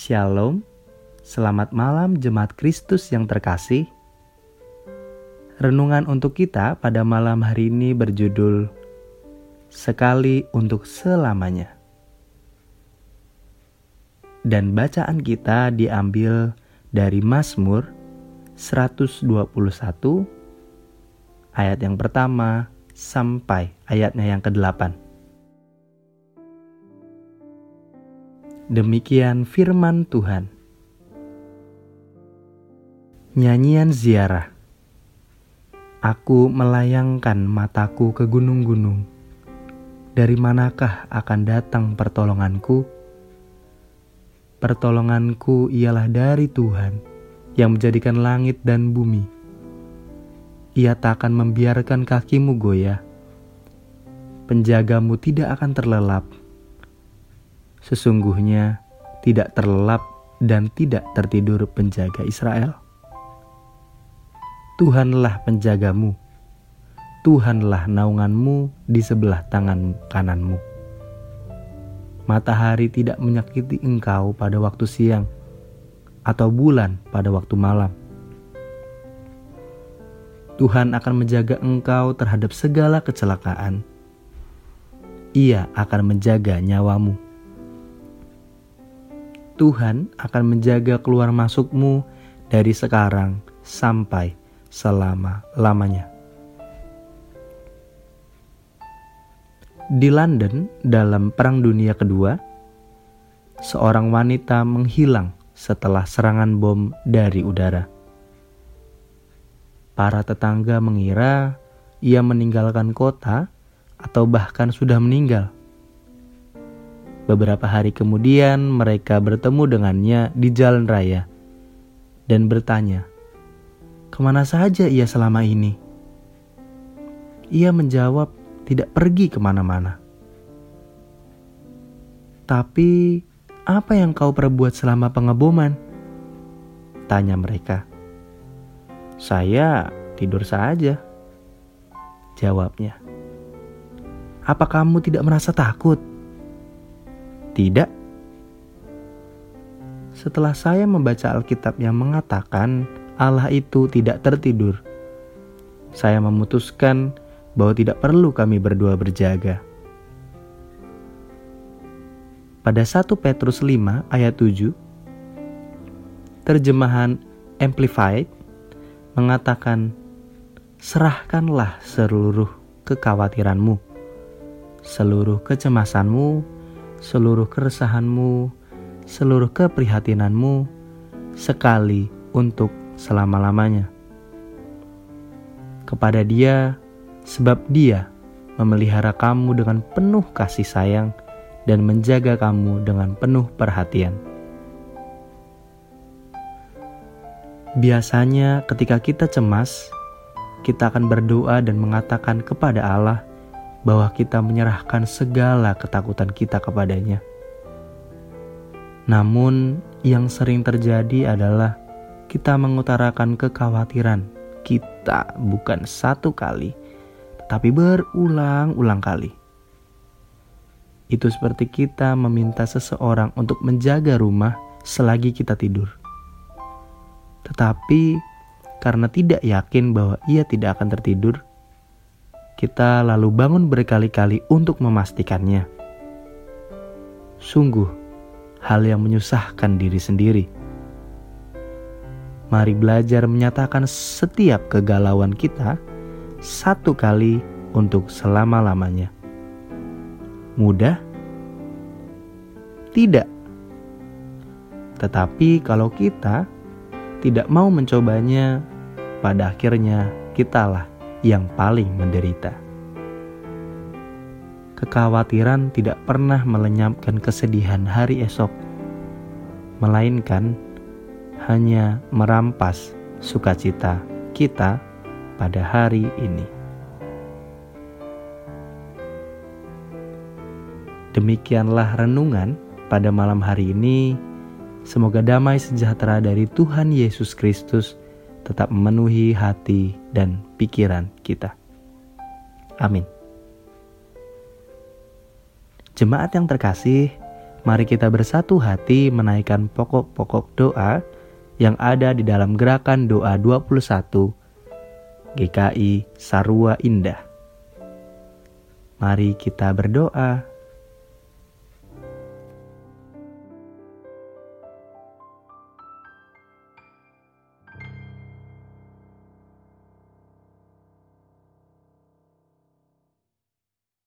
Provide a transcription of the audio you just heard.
Shalom, selamat malam jemaat Kristus yang terkasih. Renungan untuk kita pada malam hari ini berjudul Sekali untuk Selamanya. Dan bacaan kita diambil dari Mazmur 121 ayat yang pertama sampai ayatnya yang ke-8. Demikian firman Tuhan. Nyanyian ziarah. Aku melayangkan mataku ke gunung-gunung. Dari manakah akan datang pertolonganku? Pertolonganku ialah dari Tuhan yang menjadikan langit dan bumi. Ia tak akan membiarkan kakimu goyah. Penjagamu tidak akan terlelap. Sesungguhnya tidak terlelap dan tidak tertidur penjaga Israel. Tuhanlah penjagamu, Tuhanlah naunganmu di sebelah tangan kananmu. Matahari tidak menyakiti engkau pada waktu siang, atau bulan pada waktu malam. Tuhan akan menjaga engkau terhadap segala kecelakaan. Ia akan menjaga nyawamu. Tuhan akan menjaga keluar masukmu dari sekarang sampai selama-lamanya. Di London dalam Perang Dunia Kedua, seorang wanita menghilang setelah serangan bom dari udara. Para tetangga mengira ia meninggalkan kota atau bahkan sudah meninggal. Beberapa hari kemudian mereka bertemu dengannya di jalan raya dan bertanya, "Kemana saja ia selama ini?" Ia menjawab, "Tidak pergi kemana-mana." "Tapi apa yang kau perbuat selama pengeboman?" tanya mereka. "Saya tidur saja," jawabnya. "Apa kamu tidak merasa takut?" "Tidak." Setelah saya membaca Alkitab yang mengatakan Allah itu tidak tertidur, saya memutuskan bahwa tidak perlu kami berdua berjaga. Pada 1 Petrus 5 ayat 7, terjemahan Amplified mengatakan, "Serahkanlah seluruh kekhawatiranmu, seluruh kecemasanmu, seluruh keresahanmu, seluruh keprihatinanmu, sekali untuk selama-lamanya kepada Dia, sebab Dia memelihara kamu dengan penuh kasih sayang dan menjaga kamu dengan penuh perhatian." Biasanya ketika kita cemas, kita akan berdoa dan mengatakan kepada Allah bahwa kita menyerahkan segala ketakutan kita kepadanya. Namun yang sering terjadi adalah kita mengutarakan kekhawatiran kita bukan satu kali, tetapi berulang-ulang kali. Itu seperti kita meminta seseorang untuk menjaga rumah selagi kita tidur. Tetapi karena tidak yakin bahwa ia tidak akan tertidur, kita lalu bangun berkali-kali untuk memastikannya. Sungguh hal yang menyusahkan diri sendiri. Mari belajar menyatakan setiap kegalauan kita satu kali untuk selama-lamanya. Mudah? Tidak. Tetapi kalau kita tidak mau mencobanya, pada akhirnya kitalah yang paling menderita. Kekhawatiran tidak pernah melenyapkan kesedihan hari esok, melainkan hanya merampas sukacita kita pada hari ini. Demikianlah renungan pada malam hari ini. Semoga damai sejahtera dari Tuhan Yesus Kristus tetap memenuhi hati dan pikiran kita. Amin. Jemaat yang terkasih, Mari kita bersatu hati menaikkan pokok-pokok doa yang ada di dalam gerakan doa 21 GKI Sarua Indah. Mari kita berdoa.